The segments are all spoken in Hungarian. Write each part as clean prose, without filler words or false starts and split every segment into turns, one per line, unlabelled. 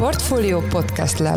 Portfolio Podcast Lab.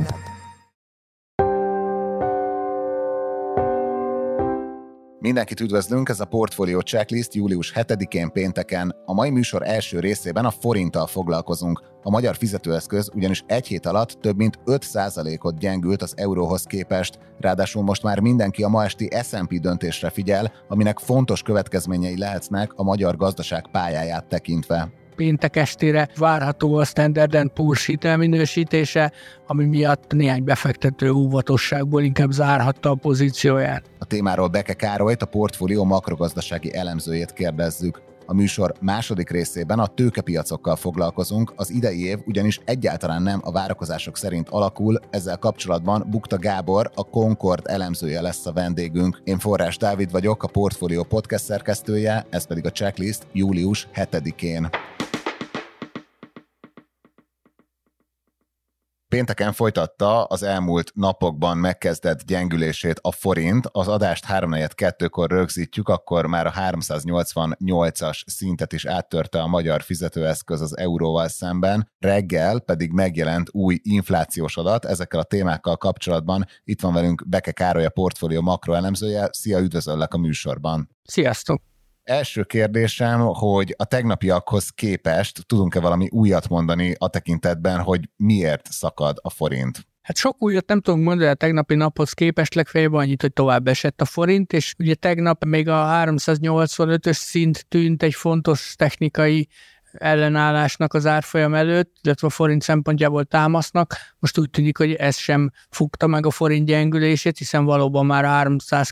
Mindenkit üdvözlünk, ez a Portfolio Checklist július 7-én pénteken. A mai műsor első részében a forinttal foglalkozunk. A magyar fizetőeszköz ugyanis egy hét alatt több mint 5%-ot gyengült az euróhoz képest. Ráadásul most már mindenki a ma esti S&P döntésre figyel, aminek fontos következményei lehetnek a magyar gazdaság pályáját tekintve.
Péntek estére várható a Standard & Poor's hitelminősítése, ami miatt néhány befektető óvatosságból inkább zárhatta a pozícióját.
A témáról Beke Károlyt, a Portfolio makrogazdasági elemzőjét kérdezzük. A műsor második részében a tőkepiacokkal foglalkozunk, az idei év ugyanis egyáltalán nem a várakozások szerint alakul, ezzel kapcsolatban Bukta Gábor, a Concord elemzője lesz a vendégünk. Én Forrás Dávid vagyok, a Portfolio podcast szerkesztője, ez pedig a Checklist július 7-én. Pénteken folytatta az elmúlt napokban megkezdett gyengülését a forint. Az adást 3:42-kor rögzítjük, akkor már a 388-as szintet is áttörte a magyar fizetőeszköz az euróval szemben. Reggel pedig megjelent új inflációs adat. Ezekkel a témákkal kapcsolatban itt van velünk Beke Károly, a Portfolio makroelemzője. Szia, üdvözöllek a műsorban.
Sziasztok!
Első kérdésem, hogy a tegnapiakhoz képest tudunk-e valami újat mondani a tekintetben, hogy miért szakad a forint?
Hát sok újat nem tudunk mondani a tegnapi naphoz képest, legfeljebb annyit, hogy tovább esett a forint, és ugye tegnap még a 385-ös szint tűnt egy fontos technikai ellenállásnak az árfolyam előtt, illetve a forint szempontjából támasznak. Most úgy tűnik, hogy ez sem fogta meg a forint gyengülését, hiszen valóban már a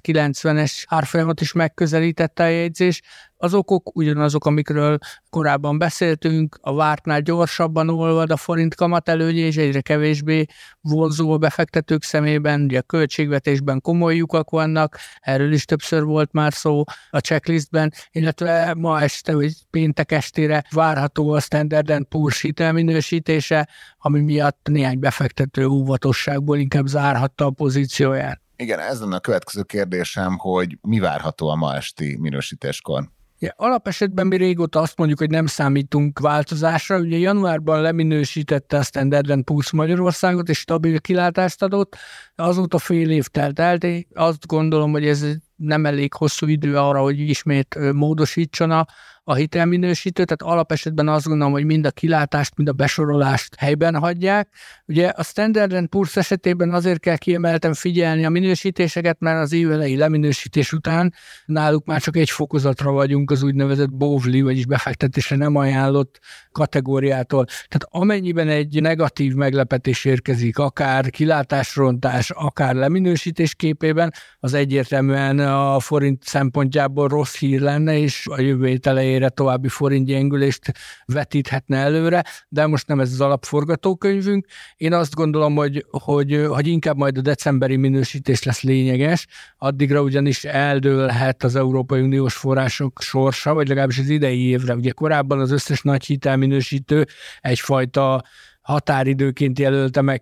390-es árfolyamot is megközelítette a jegyzés. Az okok ugyanazok, amikről korábban beszéltünk, a vártnál gyorsabban olvad a forint kamatelőnye, és egyre kevésbé vonzó a befektetők szemében, ugye a költségvetésben komoly lyukak vannak, erről is többször volt már szó a checklistben, illetve ma este, vagy péntek estére várható a Standard & Poor's hitelminősítése, ami miatt néhány befektető óvatosságból inkább zárhatta a pozícióját.
Igen, ez lenne a következő kérdésem, hogy mi várható a ma esti minősítéskor?
Ja, alapesetben mi régóta azt mondjuk, hogy nem számítunk változásra. Ugye januárban leminősítette a Standard & Poor's Magyarországot, és stabil kilátást adott. Azóta fél év telt el, de azt gondolom, hogy ez nem elég hosszú idő arra, hogy ismét módosítson a hitelminősítő, tehát alapesetben azt gondolom, hogy mind a kilátást, mind a besorolást helyben hagyják. Ugye a Standard & Poor's esetében azért kell kiemelten figyelni a minősítéseket, mert az évelei leminősítés után náluk már csak egy fokozatra vagyunk az úgynevezett bóvli, vagyis befektetésre nem ajánlott kategóriától. Tehát amennyiben egy negatív meglepetés érkezik, akár kilátásrontás, akár leminősítés képében, az egyértelműen a forint szempontjából rossz hír lenne, és a jövő hét elejére további forint gyengülést vetíthetne előre, de most nem ez az alapforgatókönyvünk. Én azt gondolom, hogy inkább majd a decemberi minősítés lesz lényeges, addigra ugyanis eldőlhet az Európai Uniós források sorsa, vagy legalábbis az idei évre. Ugye korábban az összes nagy hitelminősítő egyfajta határidőként jelölte meg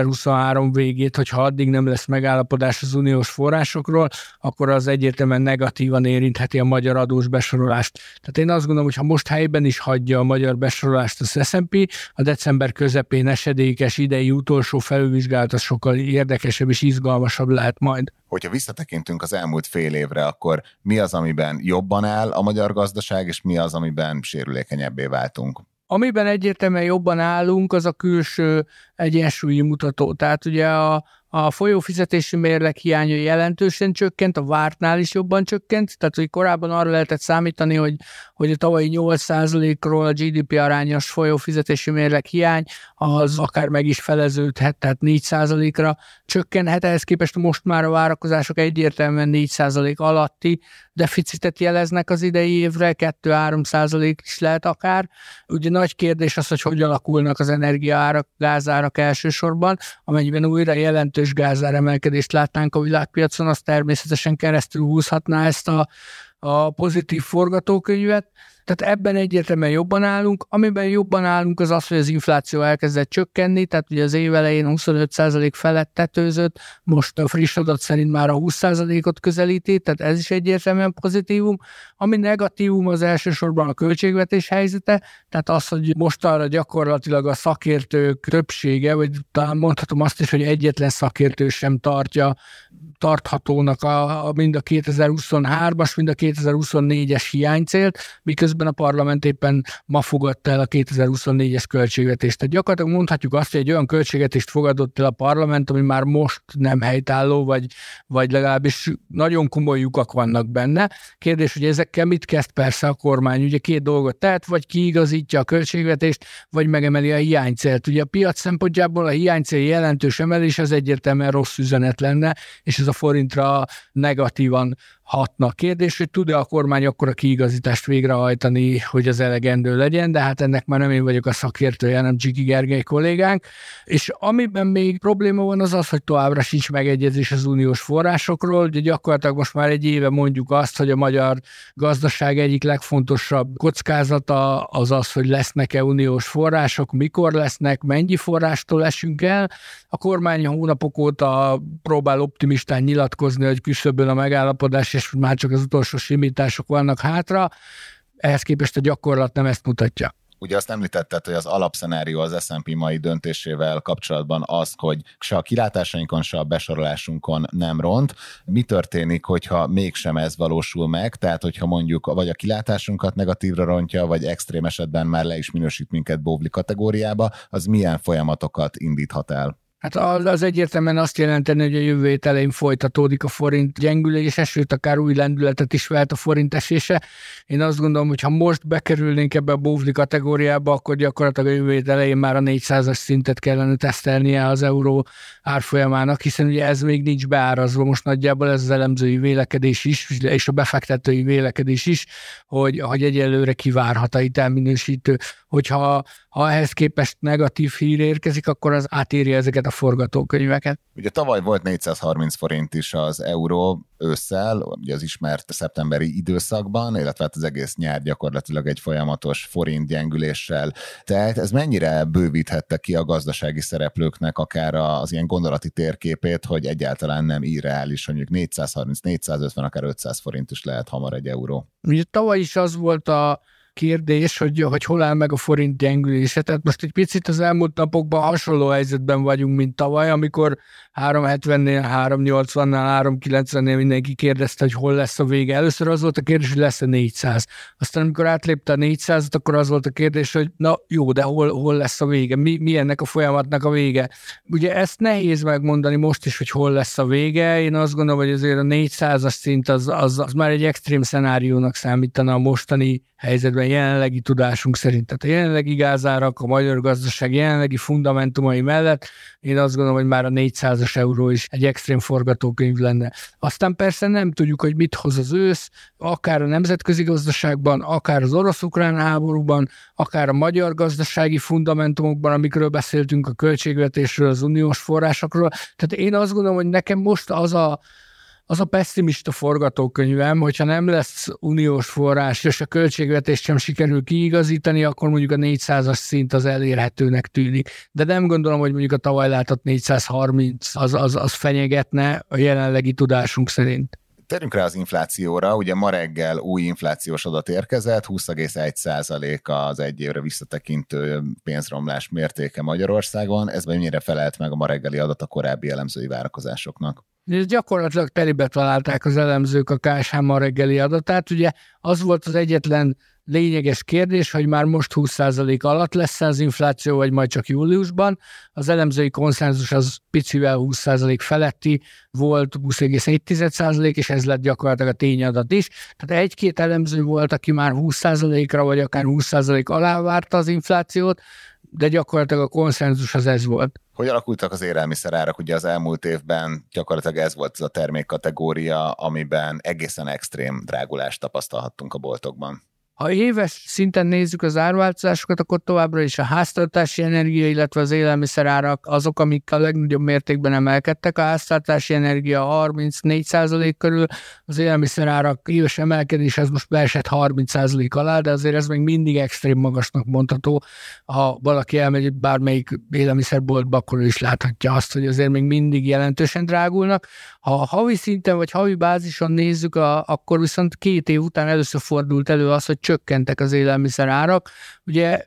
2023 végét, hogyha addig nem lesz megállapodás az uniós forrásokról, akkor az egyértelműen negatívan érintheti a magyar adós besorolást. Tehát én azt gondolom, hogy ha most helyben is hagyja a magyar besorolást az S&P, a december közepén esedékes idei utolsó felülvizsgálat az sokkal érdekesebb és izgalmasabb lehet majd.
Hogyha visszatekintünk az elmúlt fél évre, akkor mi az, amiben jobban áll a magyar gazdaság, és mi az, amiben sérülékenyebbé váltunk?
Amiben egyértelműen jobban állunk, az a külső egyensúlyi mutató. Tehát ugye a folyófizetési mérleg hiánya jelentősen csökkent, a vártnál is jobban csökkent, tehát hogy korábban arra lehetett számítani, hogy a tavalyi 8%-ról a GDP arányos folyófizetési mérleg hiány, az akár meg is feleződhet, tehát 4%-ra csökkenhet, ehhez képest most már a várakozások egyértelműen 4% alatti deficitet jeleznek az idei évre, 2-3% is lehet akár. Ugye nagy kérdés az, hogy alakulnak az energiaárak, gázárak elsősorban, amennyiben újra jelentős gázáremelkedést látnánk a világpiacon, az természetesen keresztül húzhatná ezt a pozitív forgatókönyvet. Tehát ebben egyértelműen jobban állunk. Amiben jobban állunk az az, hogy az infláció elkezdett csökkenni, tehát ugye az év elején 25% felett tetőzött, most a friss adat szerint már a 20%-ot közelíti, tehát ez is egyértelműen pozitívum. Ami negatívum az elsősorban a költségvetés helyzete, tehát az, hogy mostanra gyakorlatilag a szakértők többsége, vagy talán mondhatom azt is, hogy egyetlen szakértő sem tarthatónak mind a 2023-as, mind a 2024-es hiánycélt, miközben a parlament éppen ma fogadta el a 2024-es költségvetést. Tehát gyakorlatilag mondhatjuk azt, hogy egy olyan költségvetést fogadott el a parlament, ami már most nem helytálló, vagy legalábbis nagyon komoly lyukak vannak benne. Kérdés, hogy ezekkel mit kezd persze a kormány? Ugye két dolgot tehet, vagy kiigazítja a költségvetést, vagy megemeli a hiánycélt. Ugye a piac szempontjából a hiánycél jelentős emelés az egyértelműen rossz üzenet lenne, és ez a forintra negatívan hatna. Kérdés, hogy tud-e a kormány akkor a kiigazítást végrehajtani, hogy az elegendő legyen, de hát ennek már nem én vagyok a szakértője, hanem Dzsiki Gergely kollégánk. És amiben még probléma van az az, hogy továbbra sincs megegyezés az uniós forrásokról. Ugye gyakorlatilag most már egy éve mondjuk azt, hogy a magyar gazdaság egyik legfontosabb kockázata az az, hogy lesznek-e uniós források, mikor lesznek, mennyi forrástól esünk el. A kormány hónapok óta próbál optimistán nyilatkozni, hogy küszöbön a megállapodás, és már csak az utolsó simítások vannak hátra. Ehhez képest a gyakorlat nem ezt mutatja.
Ugye azt említetted, hogy az alapszenárió az S&P mai döntésével kapcsolatban az, hogy se a kilátásainkon, se a besorolásunkon nem ront. Mi történik, hogyha mégsem ez valósul meg? Tehát, hogyha mondjuk vagy a kilátásunkat negatívra rontja, vagy extrém esetben már le is minősít minket bóvli kategóriába, az milyen folyamatokat indíthat el?
Hát az egyértelműen azt jelenteni, hogy a jövő hét elején folytatódik a forint gyengülése, sőt akár új lendületet is vált a forint esése. Én azt gondolom, hogy ha most bekerülnénk ebbe a bóvli kategóriába, akkor gyakorlatilag a jövő hét elején már a 400-as szintet kellene tesztelnie az euró árfolyamának, hiszen ugye ez még nincs beárazva, most nagyjából ez az elemzői vélekedés is, és a befektetői vélekedés is, hogy egyelőre kivárhat a hitelminősítő, hogyha ehhez képest negatív hír érkezik, akkor az átírja ezeket a forgatókönyveket.
Ugye tavaly volt 430 forint is az euró ősszel, ugye az ismert szeptemberi időszakban, illetve az egész nyár gyakorlatilag egy folyamatos forint gyengüléssel. Tehát ez mennyire bővíthette ki a gazdasági szereplőknek akár az ilyen gondolati térképét, hogy egyáltalán nem irreális, hogy mondjuk 430, 450, akár 500 forint is lehet hamar egy euró.
Ugye tavaly is az volt a kérdés, hogy hol áll meg a forint gyengülése. Tehát most egy picit az elmúlt napokban hasonló helyzetben vagyunk, mint tavaly, amikor 370-nél, 380-nál, 390-nél mindenki kérdezte, hogy hol lesz a vége. Először az volt a kérdés, hogy lesz-e 400. Aztán amikor átlépte a 400-at, akkor az volt a kérdés, hogy na jó, de hol lesz a vége? Mi ennek a folyamatnak a vége? Ugye ezt nehéz megmondani most is, hogy hol lesz a vége. Én azt gondolom, hogy azért a 400-as szint az már egy extrém szenáriónak számítana a mostani helyzetben jelenlegi tudásunk szerint. Tehát a jelenlegi gázárak, a magyar gazdaság jelenlegi fundamentumai mellett én azt gondolom, hogy már a 400-as euró is egy extrém forgatókönyv lenne. Aztán persze nem tudjuk, hogy mit hoz az ősz, akár a nemzetközi gazdaságban, akár az orosz-ukrán háborúban, akár a magyar gazdasági fundamentumokban, amikről beszéltünk, a költségvetésről, az uniós forrásokról. Tehát én azt gondolom, hogy nekem most az a pessimista forgatókönyvem, hogyha nem lesz uniós forrás, és a költségvetést sem sikerül kiigazítani, akkor mondjuk a 400-as szint az elérhetőnek tűnik. De nem gondolom, hogy mondjuk a tavaly látott 430 az fenyegetne a jelenlegi tudásunk szerint.
Térjünk rá az inflációra, ugye ma reggel új inflációs adat érkezett, 20,1% az egy évre visszatekintő pénzromlás mértéke Magyarországon, ez mennyire felelt meg a ma reggeli adat a korábbi elemzői várakozásoknak?
És gyakorlatilag telibe találták az elemzők a KSH ma reggeli adatát. Ugye az volt az egyetlen lényeges kérdés, hogy már most 20% alatt lesz az infláció, vagy majd csak júliusban. Az elemzői konszenzus az picivel 20% feletti volt, 20,7%, és ez lett gyakorlatilag a tényadat is. Tehát egy-két elemző volt, aki már 20%-ra, vagy akár 20% alá várta az inflációt, de gyakorlatilag a konszenzus az ez volt.
Hogy alakultak az élelmiszerárak? Ugye az elmúlt évben gyakorlatilag ez volt az a termékkategória, amiben egészen extrém drágulást tapasztalhattunk a boltokban.
Ha éves szinten nézzük az árváltozásokat, akkor továbbra is a háztartási energia, illetve az élelmiszerárak azok, amik a legnagyobb mértékben emelkedtek. A háztartási energia 34% körül, az élelmiszerárak éves emelkedés az most beesett 30% alá, de azért ez még mindig extrém magasnak mondható. Ha valaki elmegy bármelyik élelmiszerboltba, akkor is láthatja azt, hogy azért még mindig jelentősen drágulnak. Ha havi szinten vagy havi bázison nézzük, akkor viszont 2 év után először fordult elő az, hogy csökkentek az élelmiszerárak. Ugye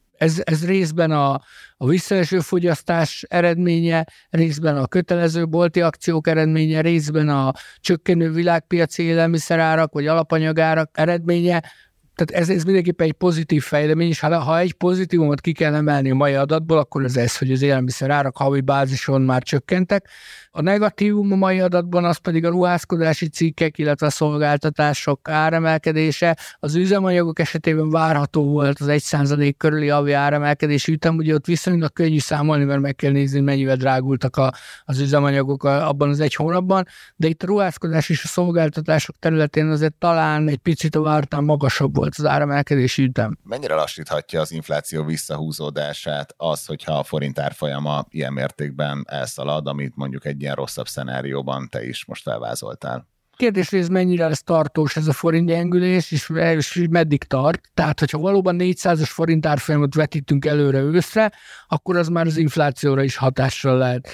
ez részben a visszaeső fogyasztás eredménye, részben a kötelező bolti akciók eredménye, részben a csökkenő világpiaci élelmiszerárak vagy alapanyagárak eredménye. Tehát ez mindenképpen egy pozitív fejlemény, és ha egy pozitívumot ki kell emelni a mai adatból, akkor ez, hogy az élelmiszerárak havi bázison már csökkentek. A negatívum a mai adatban az pedig a ruházkodási cikkek, illetve a szolgáltatások áremelkedése. Az üzemanyagok esetében várható volt az 1% körüli havi áremelkedési ütem, ugye ott viszonylag könnyű számolni, mert meg kell nézni, mennyivel drágultak az üzemanyagok abban az egy hónapban, de itt a ruházkodás és a szolgáltatások területén azért talán egy picit a vártán magasabb volt az áremelkedési ütem.
Mennyire lassíthatja az infláció visszahúzódását az, hogyha a forint árfolyama ilyen mértékben elszalad, amit mondjuk egy ilyen rosszabb szenárióban te is most felvázoltál?
Kérdés, hogy ez mennyire lesz tartós ez a forint gyengülés, és meddig tart. Tehát, hogyha valóban 400-as forint árfolyamot vetítünk előre őszre, akkor az már az inflációra is hatással lehet.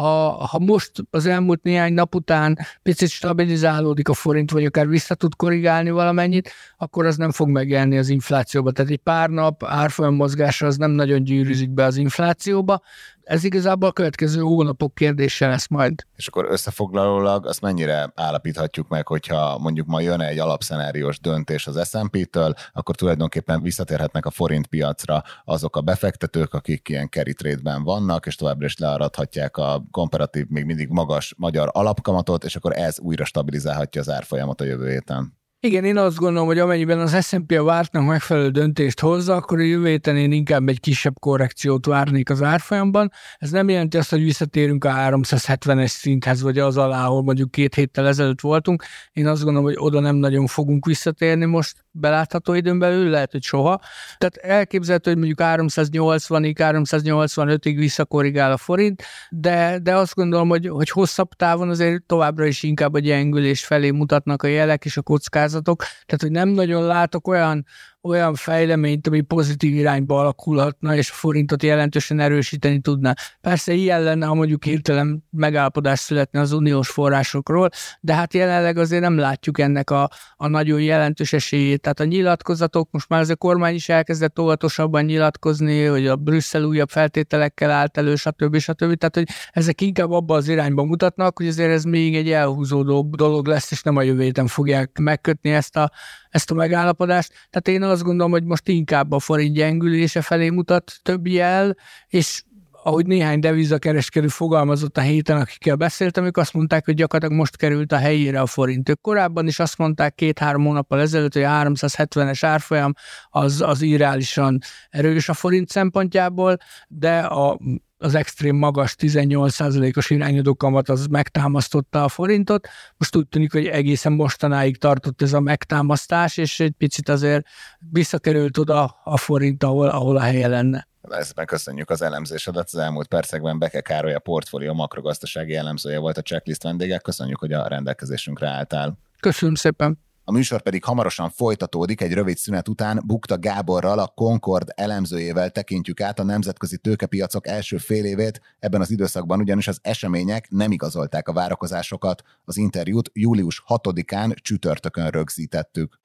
Ha most az elmúlt néhány nap után picit stabilizálódik a forint, vagy akár vissza tud korrigálni valamennyit, akkor az nem fog megjelenni az inflációba. Tehát egy pár nap árfolyam mozgása az nem nagyon gyűrűzik be az inflációba. Ez igazából a következő hónapok kérdése lesz majd.
És akkor összefoglalólag azt mennyire állapíthatjuk meg, hogyha mondjuk ma jön egy alapszenáriós döntés az S&P-től, akkor tulajdonképpen visszatérhetnek a forint piacra azok a befektetők, akik ilyen carry trade-ben vannak, és továbbra is learadhatják a komparatív, még mindig magas magyar alapkamatot, és akkor ez újra stabilizálhatja az árfolyamot a jövő héten.
Igen, én azt gondolom, hogy amennyiben az S&P a vártnak megfelelő döntést hozza, akkor a jövő héten én inkább egy kisebb korrekciót várnék az árfolyamban. Ez nem jelenti azt, hogy visszatérünk a 370-es szinthez, vagy az alá, ahol mondjuk 2 héttel ezelőtt voltunk. Én azt gondolom, hogy oda nem nagyon fogunk visszatérni most belátható időn belül, lehet, hogy soha. Tehát elképzelhető, hogy mondjuk 380-ig, 385-ig visszakorrigál a forint, de azt gondolom, hogy hosszabb távon azért továbbra is inkább a gyengülés felé mutatnak a jelek és a kockázatok. Tehát, hogy nem nagyon látok olyan fejleményt, ami pozitív irányba alakulhatna, és a forintot jelentősen erősíteni tudná. Persze ilyen lenne, ha mondjuk hirtelen megállapodás születne az uniós forrásokról, de hát jelenleg azért nem látjuk ennek a nagyon jelentős esélyét. Tehát a nyilatkozatok, most már az a kormány is elkezdett óvatosabban nyilatkozni, hogy a Brüsszel újabb feltételekkel állt elő, stb. Tehát, hogy ezek inkább abba az irányba mutatnak, hogy azért ez még egy elhúzódó dolog lesz, és nem a jövő héten fogják megkötni ezt a megállapodást. Tehát én azt gondolom, hogy most inkább a forint gyengülése felé mutat több jel, és ahogy néhány devizakereskedő fogalmazott a héten, akikkel beszéltem, ők azt mondták, hogy gyakorlatilag most került a helyére a forint. Ők korábban is azt mondták 2-3 hónappal ezelőtt, hogy a 370-es árfolyam az irreálisan erős a forint szempontjából, de az extrém magas 18%-os irányadó kamat az megtámasztotta a forintot. Most úgy tűnik, hogy egészen mostanáig tartott ez a megtámasztás, és egy picit azért visszakerült oda a forint, ahol a helye lenne.
Ezben köszönjük az elemzésedet. Az elmúlt percekben Beke Károly, a portfólió makrogazdasági elemzője volt a Checklist vendége. Köszönjük, hogy a rendelkezésünkre álltál.
Köszönöm szépen.
A műsor pedig hamarosan folytatódik, egy rövid szünet után Bukta Gáborral, a Concord elemzőjével tekintjük át a nemzetközi tőkepiacok első fél évét. Ebben az időszakban ugyanis az események nem igazolták a várakozásokat. Az interjút július 6-án csütörtökön rögzítettük.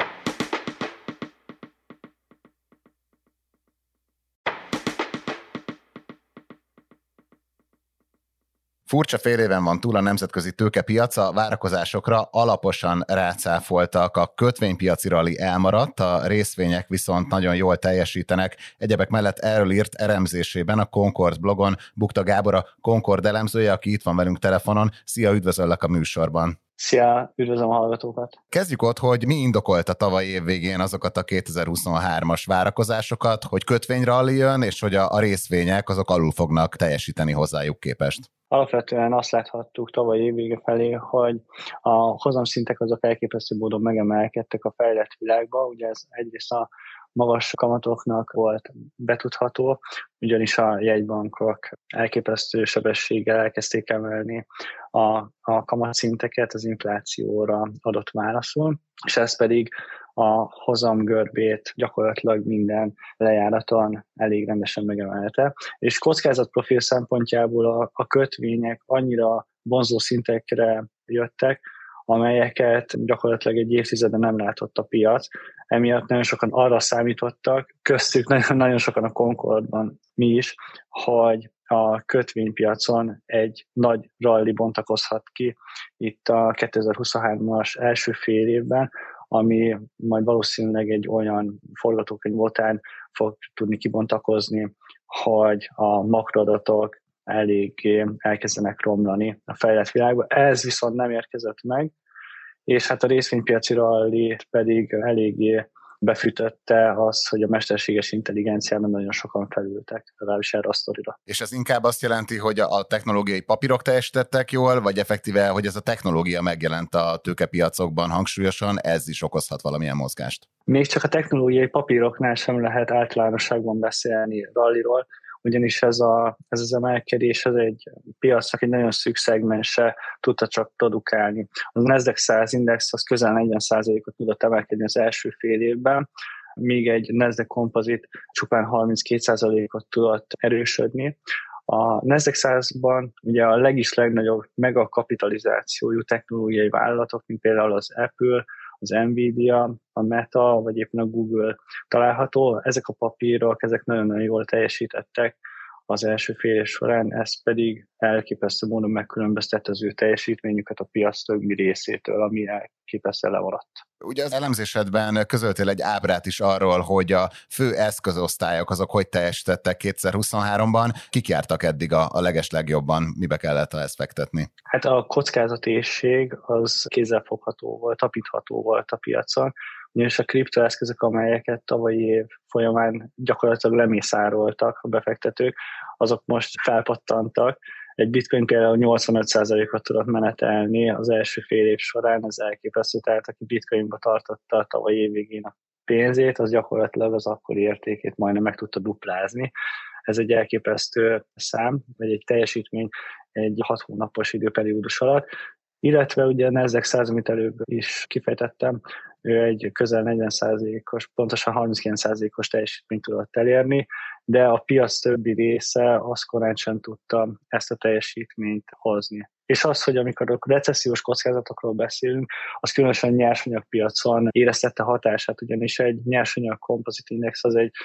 Furcsa fél éven van túl a nemzetközi tőkepiac, a várakozásokra alaposan rácáfoltak, a kötvénypiaci rali elmaradt, a részvények viszont nagyon jól teljesítenek. Egyebek mellett erről írt elemzésében a Concord blogon Bukta Gábor, a Concord elemzője, aki itt van velünk telefonon. Szia, üdvözöllek a műsorban!
Szia, üdvözlöm a hallgatókat!
Kezdjük ott, hogy mi indokolta tavaly év végén azokat a 2023-as várakozásokat, hogy kötvényralli jön, és hogy a részvények azok alul fognak teljesíteni hozzájuk képest.
Alapvetően azt láthattuk tavaly évvége felé, hogy a hozamszintek azok elképesztő módon megemelkedtek a fejlett világba. Ugye ez egyrészt a magas kamatoknak volt betudható, ugyanis a jegybankok elképesztő sebességgel elkezdték emelni a kamatszinteket az inflációra adott válaszul, és ez pedig a hozamgörbét gyakorlatilag minden lejáraton elég rendesen megemelte. És kockázatprofil szempontjából a kötvények annyira vonzó szintekre jöttek, amelyeket gyakorlatilag egy évtizede nem látott a piac. Emiatt nagyon sokan arra számítottak, köztük nagyon sokan a Concordban mi is, hogy a kötvénypiacon egy nagy ralli bontakozhat ki itt a 2023-as első fél évben, ami majd valószínűleg egy olyan forgatókönyv után fog tudni kibontakozni, hogy a makroadatok eléggé elkezdenek romlani a fejlett világban. Ez viszont nem érkezett meg, és hát a részvénypiaci ralli pedig eléggé befűtötte az, hogy a mesterséges intelligenciában nagyon sokan felültek, legalábbis erre a sztorira.
És ez inkább azt jelenti, hogy a technológiai papírok teljesítettek jól, vagy effektíve, hogy ez a technológia megjelent a tőkepiacokban hangsúlyosan, ez is okozhat valamilyen mozgást?
Még csak a technológiai papíroknál sem lehet általánosságban beszélni ralliról, ugyanis ez az emelkedés, ez egy piacnak egy nagyon szűk szegmense tudta csak produkálni. A Nasdaq 100 index az közel 40%-ot tudott emelkedni az első fél évben, míg egy Nasdaq Composite csupán 32%-ot tudott erősödni. A Nasdaq 100-ban ugye a legnagyobb megakapitalizációjú technológiai vállalatok, mint például az Apple, az Nvidia, a Meta, vagy éppen a Google található. Ezek a papírok, ezek nagyon-nagyon jól teljesítettek az első fél év során, ez pedig elképesztő módon megkülönböztette az ő teljesítményüket a piac többi részétől, ami elképesztően lemaradt.
Ugye az elemzésedben közöltél egy ábrát is arról, hogy a fő eszközosztályok azok hogy teljesítettek 2023-ban, kik jártak eddig a legeslegjobban, mibe kellett ezt fektetni?
Hát a kockázatéhség az kézzelfogható volt, tapintható volt a piacon, ugyanis a kriptoeszközök, amelyeket tavalyi év folyamán gyakorlatilag lemészároltak a befektetők, azok most felpattantak. Egy bitcoin például 85%-ot tudott menetelni az első fél év során, ez elképesztő, tehát aki bitcoinba tartotta a tavalyi év végén a pénzét, az gyakorlatilag az akkori értékét majdnem meg tudta duplázni. Ez egy elképesztő szám, vagy egy teljesítmény egy 6 hónapos időperiódus alatt, illetve ugye a Nasdaq 100, amit előbb is kifejtettem, ő egy közel 40%-os, pontosan 39%-os teljesítményt tudott elérni, de a piac többi része az korán sem tudta ezt a teljesítményt hozni. És az, hogy amikor a recessziós kockázatokról beszélünk, az különösen nyersanyagpiacon éreztette hatását, ugyanis egy nyersanyag composite index az egy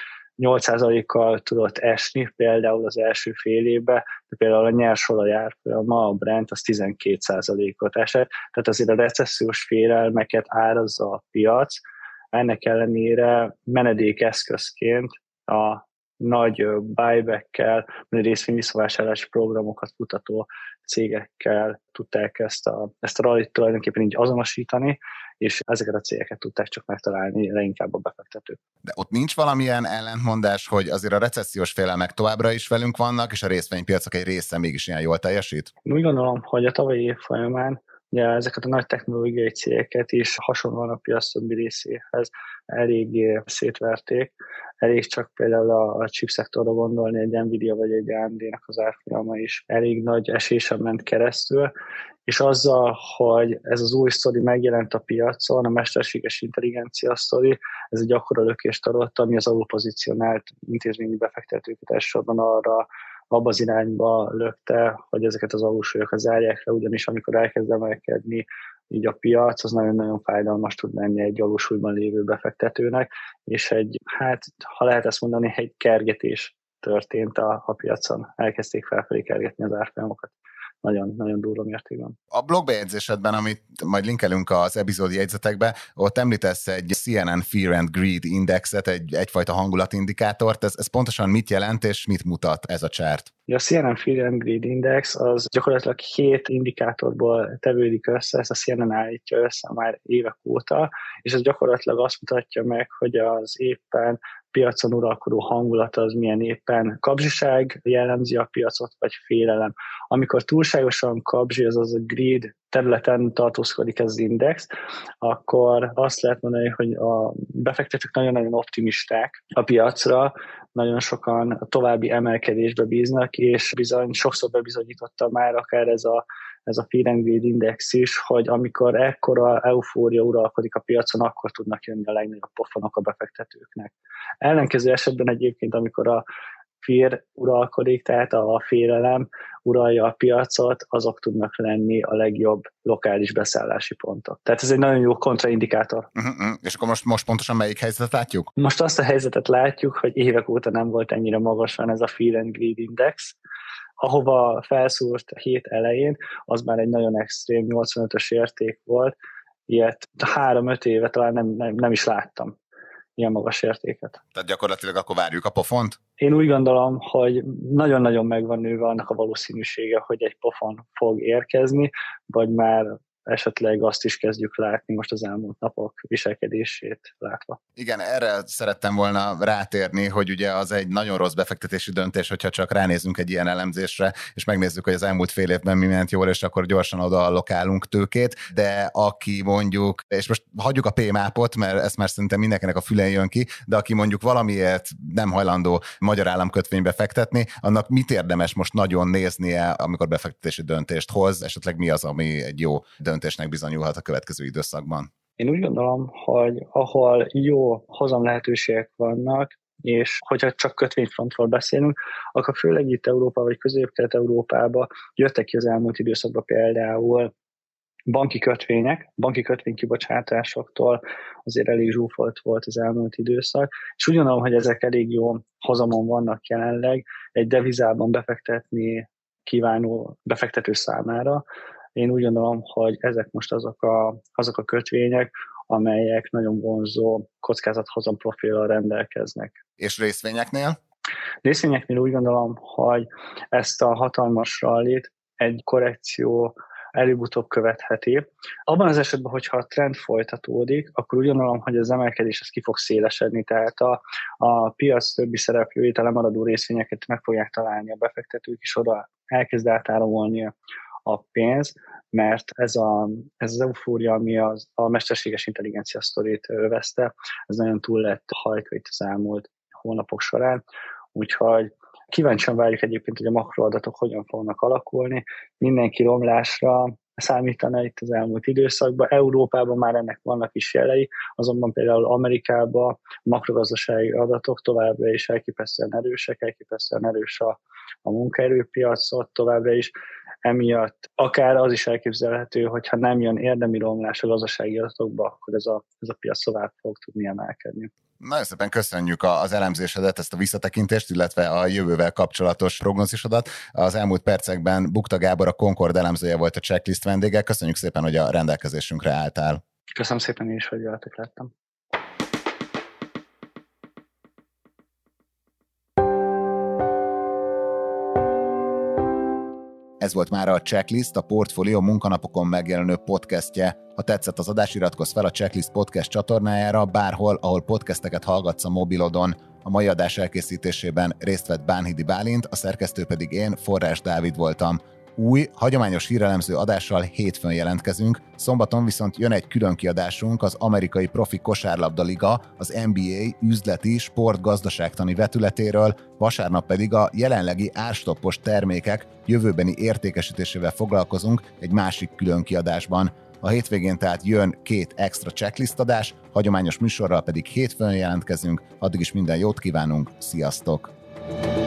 8%-kal tudott esni, például az első fél évben, de például a nyersolaj árfolyama, a Brent, az 12%-ot esett, tehát azért a recessziós félelmeket árazza a piac, ennek ellenére menedékeszközként a nagy buyback-kel, részvényvisszavásárlási programokat kutató cégekkel tudták ezt a rallit tulajdonképpen így azonosítani, és ezeket a cégeket tudták csak megtalálni leginkább a befektetők.
De ott nincs valamilyen ellentmondás, hogy azért a recessziós félelmek továbbra is velünk vannak, és a részvénypiacok egy része mégis ilyen jól teljesít?
Úgy gondolom, hogy a tavalyi év folyamán ugye ezeket a nagy technológiai cégeket is hasonlóan a piac többi részéhez eléggé szétverték. Elég csak például a chip szektorra gondolni, egy Nvidia vagy egy AMD-nek az árfolyama is elég nagy esésen ment keresztül, és azzal, hogy ez az új sztori megjelent a piacon, a mesterséges intelligencia sztori, ez egy akkora lökést adott, ami az alulpozícionált intézményi befektetőket elsősorban abba az irányba lökte, hogy ezeket az alulsúlyokat zárják le, ugyanis amikor elkezd emelkedni így a piac, az nagyon-nagyon fájdalmas tud lenni egy alulsúlyban lévő befektetőnek, és ha lehet ezt mondani, egy kergetés történt a piacon. Elkezdték felfelé kergetni az árfolyamokat. Nagyon, nagyon durva mértékben.
A blogbejegyzésedben, amit majd linkelünk az epizódi jegyzetekbe, ott említesz egy CNN Fear and Greed indexet, egyfajta hangulatindikátort. Ez pontosan mit jelent és mit mutat ez a chart?
A CNN Fear and Greed Index az gyakorlatilag 7 indikátorból tevődik össze, ezt a CNN állítja össze már évek óta, és ez gyakorlatilag azt mutatja meg, hogy az éppen piacon uralkodó hangulat az milyen éppen kabzsiság jellemzi a piacot, vagy félelem. Amikor túlságosan kabzsi, azaz a greed területen tartózkodik ez az index, akkor azt lehet mondani, hogy a befektetők nagyon-nagyon optimisták a piacra, nagyon sokan a további emelkedésbe bíznak, és bizony sokszor bebizonyította már akár ez a Fear and Greed Index is, hogy amikor ekkora eufória uralkodik a piacon, akkor tudnak jönni a legnagyobb pofonok a befektetőknek. Ellenkező esetben egyébként, amikor a fear uralkodik, tehát a félelem uralja a piacot, azok tudnak lenni a legjobb lokális beszállási pontok. Tehát ez egy nagyon jó kontraindikátor.
És akkor most pontosan melyik helyzetet látjuk?
Most azt a helyzetet látjuk, hogy évek óta nem volt ennyire magasan ez a Fear and Greed Index. Ahova felszúrt a hét elején, az már egy nagyon extrém 85-ös érték volt. Ilyet 3-5 éve talán nem is láttam ilyen magas értéket.
Tehát gyakorlatilag akkor várjuk a pofont?
Én úgy gondolom, hogy nagyon-nagyon meg van nőve annak a valószínűsége, hogy egy pofon fog érkezni, vagy már esetleg azt is kezdjük látni most az elmúlt napok viselkedését látva.
Igen, erre szerettem volna rátérni, hogy ugye az egy nagyon rossz befektetési döntés, hogyha csak ránézünk egy ilyen elemzésre, és megnézzük, hogy az elmúlt fél évben mi ment jól, és akkor gyorsan oda allokálunk tőkét, de aki mondjuk, és most hagyjuk a PMAP-ot, mert ezt már szerintem mindenkinek a fülén jön ki, de aki mondjuk valamiért nem hajlandó magyar államkötvénybe fektetni, annak mit érdemes most nagyon néznie, amikor befektetési döntést hoz, esetleg mi az, ami egy jó döntésnek bizonyulhat a következő időszakban?
Én úgy gondolom, hogy ahol jó hozam lehetőségek vannak, és hogyha csak kötvényfrontról beszélünk, akkor főleg itt Európa vagy Közép-Kelet-Európában jöttek ki az elmúlt időszakban például banki kötvénykibocsátásoktól azért elég zsúfolt volt az elmúlt időszak, és úgy gondolom, hogy ezek elég jó hozamon vannak jelenleg egy devizában befektetni kívánó befektető számára. Én úgy gondolom, hogy ezek most azok a kötvények, amelyek nagyon vonzó kockázathozam profillal rendelkeznek.
És részvényeknél?
Részvényeknél úgy gondolom, hogy ezt a hatalmas rallit egy korrekció előbb-utóbb követheti. Abban az esetben, hogyha a trend folytatódik, akkor úgy gondolom, hogy az emelkedés az ki fog szélesedni, tehát a piac többi szereplőit, a lemaradó részvényeket meg fogják találni a befektetők, és oda elkezd átáramolni a pénz, mert ez az eufória, ami a mesterséges intelligencia sztorit övezte, ez nagyon túl lett hajtva itt az elmúlt hónapok során, úgyhogy kíváncsian várjuk egyébként, hogy a makroadatok hogyan fognak alakulni. Mindenki romlásra számítana itt az elmúlt időszakban. Európában már ennek vannak is jelei, azonban például Amerikában a makrogazdasági adatok továbbra is elképesztően erősek, elképesztően erős a munkaerőpiacot továbbra is. Emiatt akár az is elképzelhető, hogyha nem jön érdemi romlás a gazdasági adatokba, akkor ez a piac tovább fog tudni emelkedni.
Nagyon szépen köszönjük az elemzésedet, ezt a visszatekintést, illetve a jövővel kapcsolatos prognózisodat. Az elmúlt percekben Bukta Gábor, a Concord elemzője volt a Checklist vendége. Köszönjük szépen, hogy a rendelkezésünkre álltál.
Köszönöm szépen én is, hogy veletek lettem.
Ez volt már a Checklist, a Portfolio munkanapokon megjelenő podcastje. Ha tetszett az adás, iratkozz fel a Checklist podcast csatornájára bárhol, ahol podcasteket hallgatsz a mobilodon. A mai adás elkészítésében részt vett Bánhidi Bálint, a szerkesztő pedig én, Forrás Dávid voltam. Új, hagyományos hírelemző adással hétfőn jelentkezünk, szombaton viszont jön egy külön kiadásunk az amerikai profi kosárlabda liga, az NBA üzleti sport-gazdaságtani vetületéről, vasárnap pedig a jelenlegi árstoppos termékek jövőbeni értékesítésével foglalkozunk egy másik külön kiadásban. A hétvégén tehát jön 2 extra checklist adás, hagyományos műsorral pedig hétfőn jelentkezünk, addig is minden jót kívánunk, sziasztok!